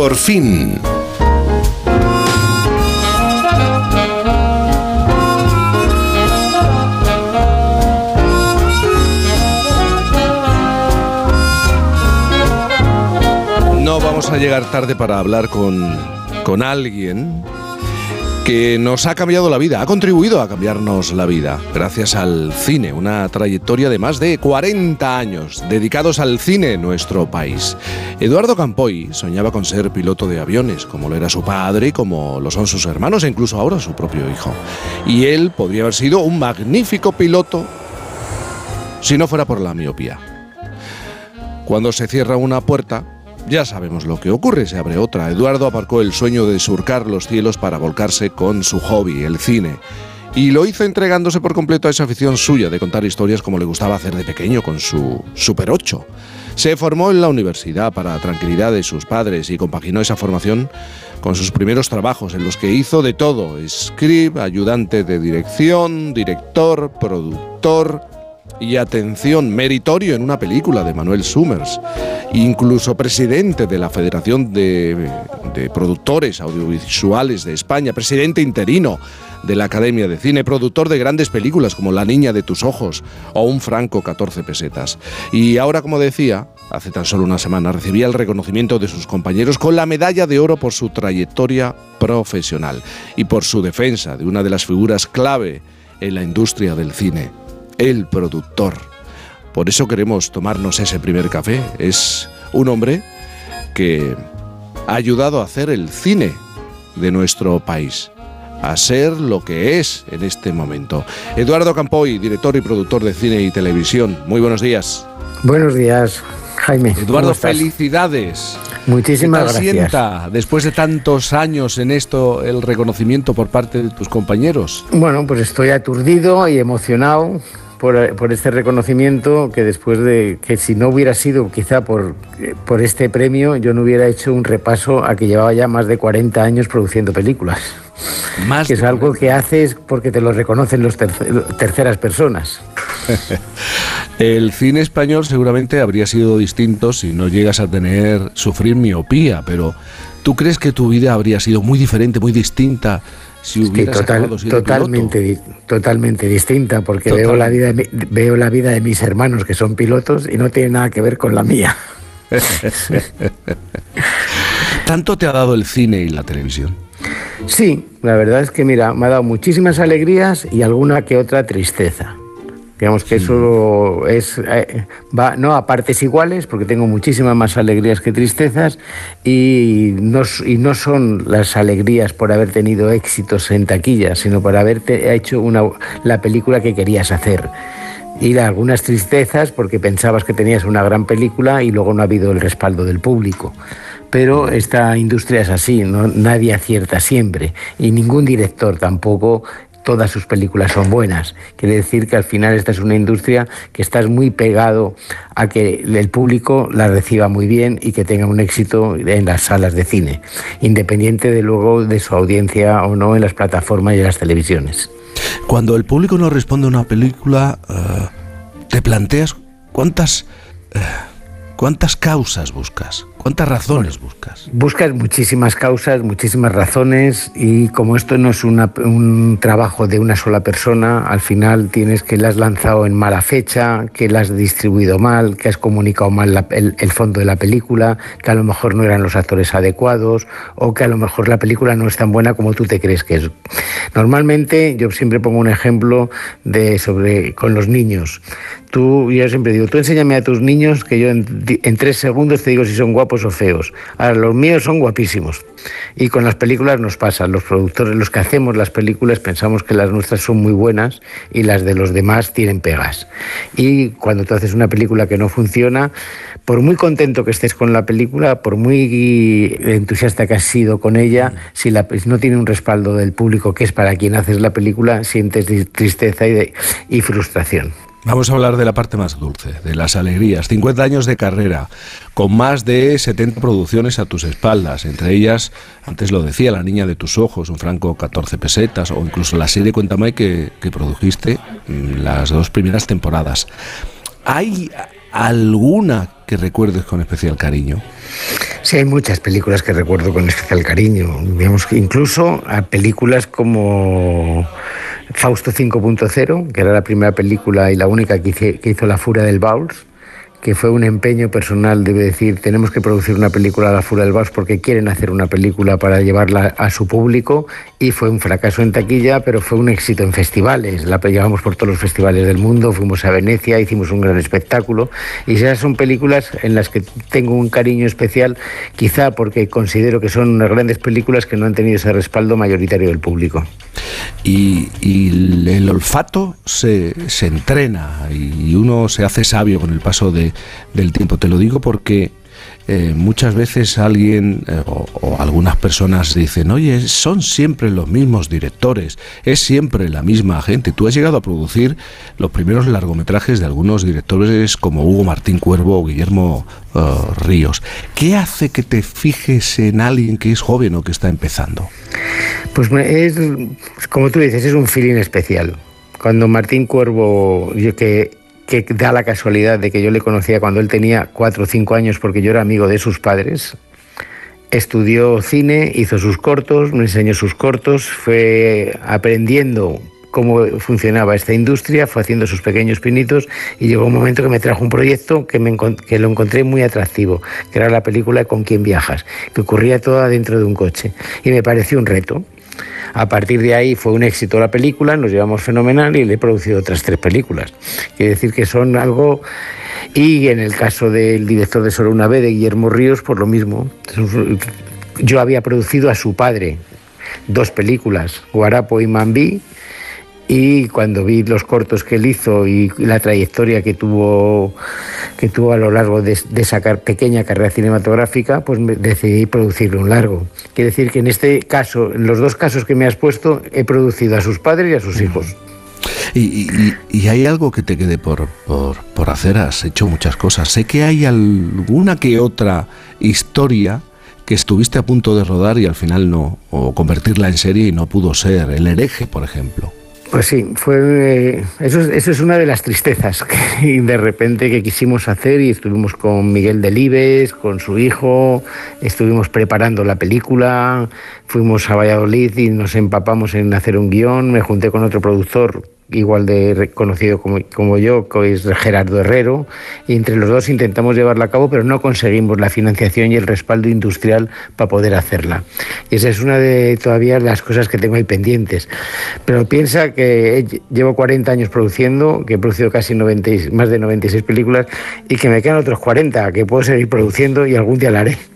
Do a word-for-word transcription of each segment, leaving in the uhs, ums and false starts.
Por fin. No vamos a llegar tarde para hablar con, con alguien que nos ha cambiado la vida, ha contribuido a cambiarnos la vida, gracias al cine, una trayectoria de más de cuarenta años dedicados al cine en nuestro país. Eduardo Campoy soñaba con ser piloto de aviones, como lo era su padre y como lo son sus hermanos e incluso ahora su propio hijo. Y él podría haber sido un magnífico piloto si no fuera por la miopía. Cuando se cierra una puerta, ya sabemos lo que ocurre, se abre otra. Eduardo aparcó el sueño de surcar los cielos para volcarse con su hobby, el cine. Y lo hizo entregándose por completo a esa afición suya de contar historias como le gustaba hacer de pequeño con su Super ocho. Se formó en la universidad para tranquilidad de sus padres y compaginó esa formación con sus primeros trabajos en los que hizo de todo: script, ayudante de dirección, director, productor y, atención, meritorio en una película de Manuel Summers, incluso presidente de la Federación de, de Productores Audiovisuales de España, presidente interino de la Academia de Cine, productor de grandes películas como La niña de tus ojos o Un franco catorce pesetas. Y ahora, como decía, hace tan solo una semana recibía el reconocimiento de sus compañeros con la medalla de oro por su trayectoria profesional y por su defensa de una de las figuras clave en la industria del cine: el productor. Por eso queremos tomarnos ese primer café. Es un hombre que ha ayudado a hacer el cine de nuestro país a ser lo que es en este momento. Eduardo Campoy, director y productor de cine y televisión. Muy buenos días. Buenos días, Jaime. Eduardo, felicidades. Muchísimas ¿Qué tal gracias. Sienta, después de tantos años en esto, el reconocimiento por parte de tus compañeros? Bueno, pues estoy aturdido y emocionado por, por este reconocimiento, que después de que si no hubiera sido quizá por, por este premio, yo no hubiera hecho un repaso a que llevaba ya más de cuarenta años produciendo películas. Más que es algo que haces porque te lo reconocen los tercer, terceras personas. El cine español seguramente habría sido distinto si no llegas a tener, sufrir miopía, pero ¿tú crees que tu vida habría sido muy diferente, muy distinta si hubieras sí, total, acabado siendo totalmente, piloto? Totalmente distinta, porque Total. veo la vida de, veo la vida de mis hermanos que son pilotos y no tiene nada que ver con la mía. ¿Tanto te ha dado el cine y la televisión? Sí, la verdad es que, mira, me ha dado muchísimas alegrías y alguna que otra tristeza. Digamos que eso es eh, va no a partes iguales, porque tengo muchísimas más alegrías que tristezas, y no, y no son las alegrías por haber tenido éxitos en taquilla, sino por haberte hecho una, la película que querías hacer. Y algunas tristezas porque pensabas que tenías una gran película y luego no ha habido el respaldo del público. Pero esta industria es así, ¿no? Nadie acierta siempre, y ningún director tampoco. Todas sus películas son buenas. Quiere decir que al final esta es una industria que estás muy pegado a que el público la reciba muy bien y que tenga un éxito en las salas de cine, independiente de luego de su audiencia o no en las plataformas y en las televisiones. Cuando el público no responde a una película, uh, ¿te planteas cuántas, uh, cuántas causas buscas? ¿Cuántas razones buscas? Buscas muchísimas causas, muchísimas razones, y como esto no es una, un trabajo de una sola persona, al final tienes que la has lanzado en mala fecha, que la has distribuido mal, que has comunicado mal la, el, el fondo de la película, que a lo mejor no eran los actores adecuados, o que a lo mejor la película no es tan buena como tú te crees que es. Normalmente yo siempre pongo un ejemplo de sobre con los niños. Tú, yo siempre digo, tú enséñame a tus niños que yo en, en tres segundos te digo si son guapos o feos. Ahora, los míos son guapísimos. Y con las películas nos pasa. Los productores, los que hacemos las películas, pensamos que las nuestras son muy buenas y las de los demás tienen pegas. Y cuando tú haces una película que no funciona, por muy contento que estés con la película, por muy entusiasta que has sido con ella, si la, no tiene un respaldo del público, que es para quien haces la película, sientes tristeza y, de, y frustración. Vamos a hablar de la parte más dulce, de las alegrías. cincuenta años de carrera, con más de setenta producciones a tus espaldas, entre ellas, antes lo decía, La niña de tus ojos, Un franco catorce pesetas, o incluso la serie Cuéntame que, que produjiste las dos primeras temporadas. ¿Hay alguna que recuerdes con especial cariño? Sí, hay muchas películas que recuerdo con especial cariño, digamos, incluso a películas como Fausto cinco punto cero, que era la primera película y la única que, hice, que hizo La Furia del Vals, que fue un empeño personal, debe decir, tenemos que producir una película de La Furia del Vals porque quieren hacer una película para llevarla a su público, y fue un fracaso en taquilla, pero fue un éxito en festivales. La llevamos por todos los festivales del mundo, fuimos a Venecia, hicimos un gran espectáculo, y esas son películas en las que tengo un cariño especial, quizá porque considero que son unas grandes películas que no han tenido ese respaldo mayoritario del público. Y, y el olfato se, se entrena y uno se hace sabio con el paso de, del tiempo. Te lo digo porque eh, muchas veces alguien eh, o, o algunas personas dicen, oye, son siempre los mismos directores, es siempre la misma gente. Tú has llegado a producir los primeros largometrajes de algunos directores como Hugo Martín Cuervo o Guillermo uh, Ríos. ¿Qué hace que te fijes en alguien que es joven o que está empezando? Pues es, como tú dices, es un feeling especial. Cuando Martín Cuervo, yo que, que da la casualidad de que yo le conocía cuando él tenía cuatro o cinco años, porque yo era amigo de sus padres, estudió cine, hizo sus cortos, me enseñó sus cortos, fue aprendiendo cómo funcionaba esta industria, fue haciendo sus pequeños pinitos, y llegó un momento que me trajo un proyecto que, me, que lo encontré muy atractivo, que era la película Con quién viajas, que ocurría toda dentro de un coche, y me pareció un reto. A partir de ahí fue un éxito la película, nos llevamos fenomenal y le he producido otras tres películas. Quiere decir que son algo... Y en el caso del director de Solo una vez, de Guillermo Ríos, por lo mismo. Yo había producido a su padre dos películas, Guarapo y Mambí, y cuando vi los cortos que él hizo y la trayectoria que tuvo que tuvo a lo largo de, de esa pequeña carrera cinematográfica, pues me decidí producirle un largo. Quiere decir que en este caso, en los dos casos que me has puesto, he producido a sus padres y a sus hijos. Y, y, y hay algo que te quede por, por, por hacer, has hecho muchas cosas. Sé que hay alguna que otra historia que estuviste a punto de rodar y al final no, o convertirla en serie y no pudo ser. El hereje, por ejemplo. Pues sí, fue eso, eso es una de las tristezas que de repente que quisimos hacer, y estuvimos con Miguel Delibes, con su hijo, estuvimos preparando la película, fuimos a Valladolid y nos empapamos en hacer un guión, me junté con otro productor igual de reconocido como, como yo, que es Gerardo Herrero, y entre los dos intentamos llevarla a cabo, pero no conseguimos la financiación y el respaldo industrial para poder hacerla. Y esa es una de todavía las cosas que tengo ahí pendientes. Pero piensa que llevo cuarenta años produciendo, que he producido casi noventa, más de noventa y seis películas, y que me quedan otros cuarenta que puedo seguir produciendo y algún día la haré.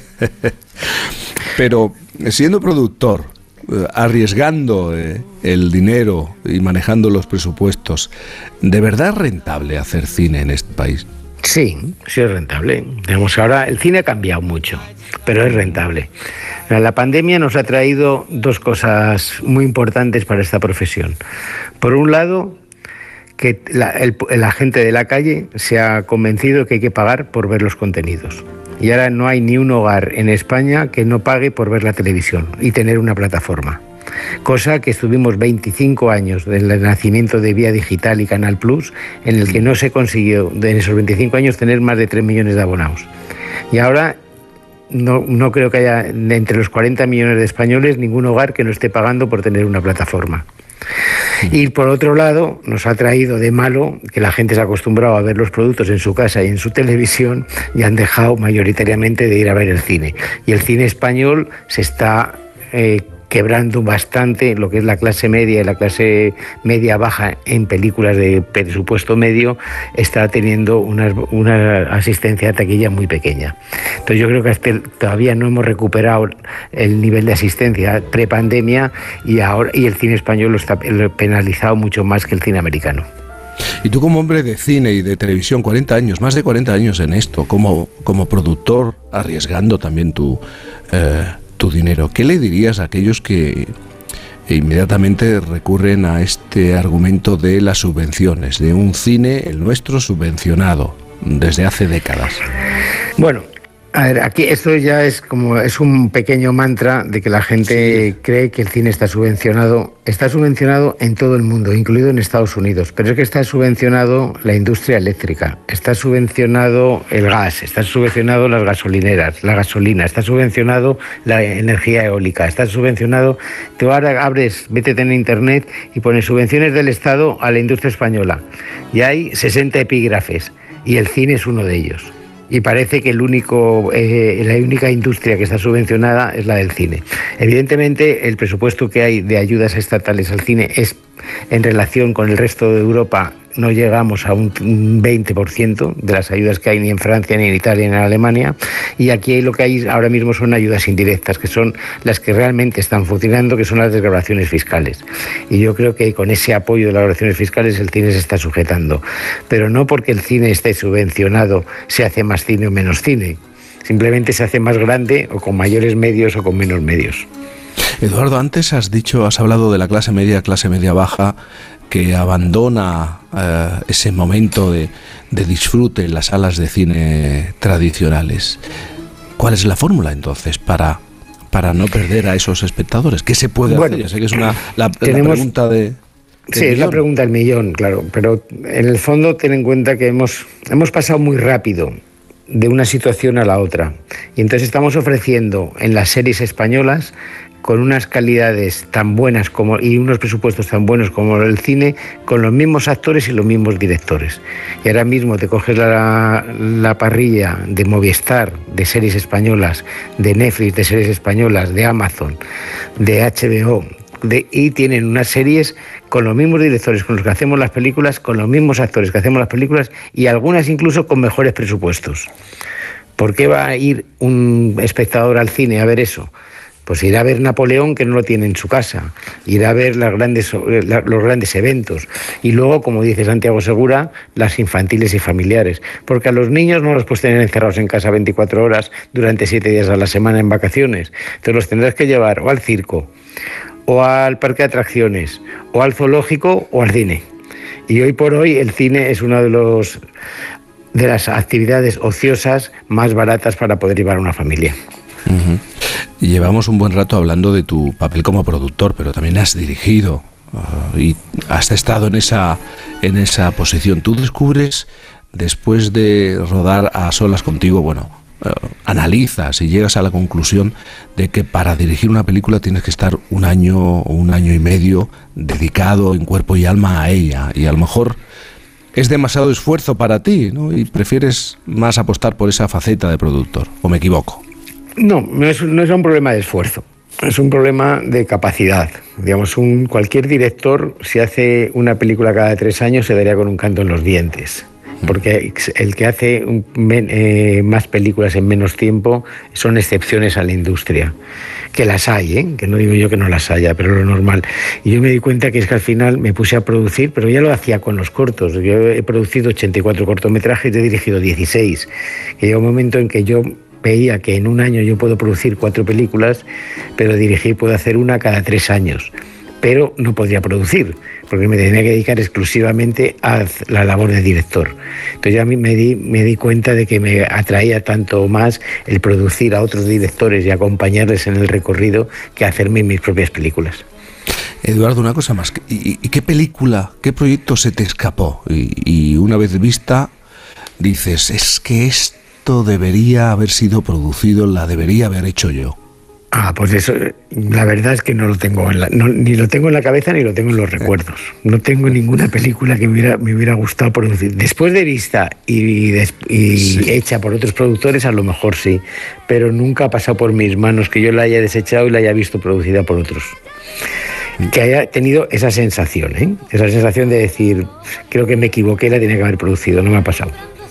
Pero siendo productor, arriesgando eh, el dinero y manejando los presupuestos, ¿de verdad es rentable hacer cine en este país? Sí, sí es rentable. Digamos, ahora el cine ha cambiado mucho, pero es rentable. La pandemia nos ha traído dos cosas muy importantes para esta profesión. Por un lado, que la, el, la gente de la calle se ha convencido que hay que pagar por ver los contenidos. Y ahora no hay ni un hogar en España que no pague por ver la televisión y tener una plataforma. Cosa que estuvimos veinticinco años del nacimiento de Vía Digital y Canal Plus, en el que no se consiguió en esos veinticinco años tener más de tres millones de abonados. Y ahora no, no creo que haya entre los cuarenta millones de españoles ningún hogar que no esté pagando por tener una plataforma. Y por otro lado, nos ha traído de malo que la gente se ha acostumbrado a ver los productos en su casa y en su televisión, y han dejado mayoritariamente de ir a ver el cine. Y el cine español se está eh, quebrando bastante lo que es la clase media y la clase media baja en películas de presupuesto medio, está teniendo una, una asistencia de taquilla muy pequeña. Entonces yo creo que hasta el, todavía no hemos recuperado el nivel de asistencia prepandemia, y ahora y el cine español lo está penalizado mucho más que el cine americano. Y tú, como hombre de cine y de televisión, cuarenta años, más de cuarenta años en esto, como, como productor, arriesgando también tu... Eh, tu dinero, ¿qué le dirías a aquellos que inmediatamente recurren a este argumento de las subvenciones, de un cine, el nuestro, subvencionado desde hace décadas? Bueno, A ver, aquí esto ya es como es un pequeño mantra de que la gente sí. cree que el cine está subvencionado. Está subvencionado en todo el mundo, incluido en Estados Unidos. Pero es que está subvencionado la industria eléctrica, está subvencionado el gas, está subvencionado las gasolineras, la gasolina, está subvencionado la energía eólica, está subvencionado. Tú ahora abres, métete en internet y pones subvenciones del Estado a la industria española. Y hay sesenta epígrafes y el cine es uno de ellos. Y parece que el único, eh, la única industria que está subvencionada es la del cine. Evidentemente, el presupuesto que hay de ayudas estatales al cine es, en relación con el resto de Europa, no llegamos a un veinte por ciento de las ayudas que hay ni en Francia, ni en Italia, ni en Alemania. Y aquí lo que hay ahora mismo son ayudas indirectas, que son las que realmente están funcionando, que son las desgravaciones fiscales. Y yo creo que con ese apoyo de las desgravaciones fiscales el cine se está sujetando. Pero no porque el cine esté subvencionado se hace más cine o menos cine. Simplemente se hace más grande o con mayores medios o con menos medios. Eduardo, antes has dicho, has hablado de la clase media, clase media baja, que abandona eh, ese momento de, de disfrute en las salas de cine tradicionales. ¿Cuál es la fórmula entonces para, para no perder a esos espectadores? ¿Qué se puede bueno, hacer? Ya sé que es una, la, tenemos, la pregunta de... Sí, millón. Es la pregunta del millón, claro, pero en el fondo ten en cuenta que hemos, hemos pasado muy rápido de una situación a la otra. Y entonces estamos ofreciendo en las series españolas, con unas calidades tan buenas como y unos presupuestos tan buenos como el cine, con los mismos actores y los mismos directores. Y ahora mismo te coges la, la parrilla de Movistar, de series españolas, de Netflix, de series españolas, de Amazon, de H B O, de, y tienen unas series con los mismos directores con los que hacemos las películas, con los mismos actores que hacemos las películas y algunas incluso con mejores presupuestos. ¿Por qué va a ir un espectador al cine a ver eso? Pues irá a ver Napoleón, que no lo tiene en su casa, irá a ver las grandes, los grandes eventos y luego, como dice Santiago Segura, las infantiles y familiares, porque a los niños no los puedes tener encerrados en casa veinticuatro horas durante siete días a la semana en vacaciones, entonces los tendrás que llevar o al circo, o al parque de atracciones, o al zoológico, o al cine. Y hoy por hoy el cine es una de los de las actividades ociosas más baratas para poder llevar a una familia. Uh-huh. Y llevamos un buen rato hablando de tu papel como productor, pero también has dirigido uh, y has estado en esa, en esa posición. Tú descubres, después de rodar A Solas Contigo, bueno, uh, analizas y llegas a la conclusión de que para dirigir una película tienes que estar un año o un año y medio dedicado en cuerpo y alma a ella, y a lo mejor es demasiado esfuerzo para ti, ¿no? Y prefieres más apostar por esa faceta de productor, ¿o me equivoco? No, no es, no es un problema de esfuerzo, es un problema de capacidad. Digamos, un, cualquier director, si hace una película cada tres años, se daría con un canto en los dientes. Porque el que hace un, eh, más películas en menos tiempo son excepciones a la industria. Que las hay, ¿eh? Que no digo yo que no las haya, pero lo normal. Y yo me di cuenta que es que al final me puse a producir, pero ya lo hacía con los cortos. Yo he producido ochenta y cuatro cortometrajes y he dirigido dieciséis. Que llega un momento en que yo veía que en un año yo puedo producir cuatro películas, pero dirigir puedo hacer una cada tres años. Pero no podría producir, porque me tenía que dedicar exclusivamente a la labor de director. Entonces ya a mí me di, me di cuenta de que me atraía tanto más el producir a otros directores y acompañarles en el recorrido que hacerme mis propias películas. Eduardo, una cosa más. ¿Y, y qué película, qué proyecto se te escapó? Y, y una vez vista, dices, es que esto debería haber sido producido, la debería haber hecho yo. Ah, pues eso, la verdad es que no lo tengo en la, no, ni lo tengo en la cabeza ni lo tengo en los recuerdos. No tengo ninguna película que me hubiera, me hubiera gustado producir. Después de vista y, y, y sí. hecha por otros productores, a lo mejor sí, pero nunca ha pasado por mis manos que yo la haya desechado y la haya visto producida por otros. Que haya tenido esa sensación, ¿eh? Esa sensación de decir, creo que me equivoqué, la tenía que haber producido, no me ha pasado.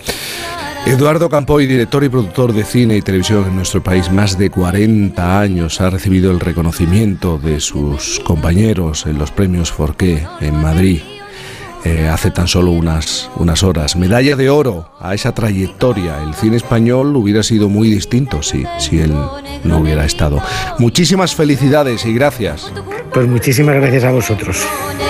Eduardo Campoy, director y productor de cine y televisión en nuestro país, más de cuarenta años, ha recibido el reconocimiento de sus compañeros en los premios Forqué en Madrid eh, hace tan solo unas, unas horas. Medalla de oro a esa trayectoria. El cine español hubiera sido muy distinto si, si él no hubiera estado. Muchísimas felicidades y gracias. Pues muchísimas gracias a vosotros.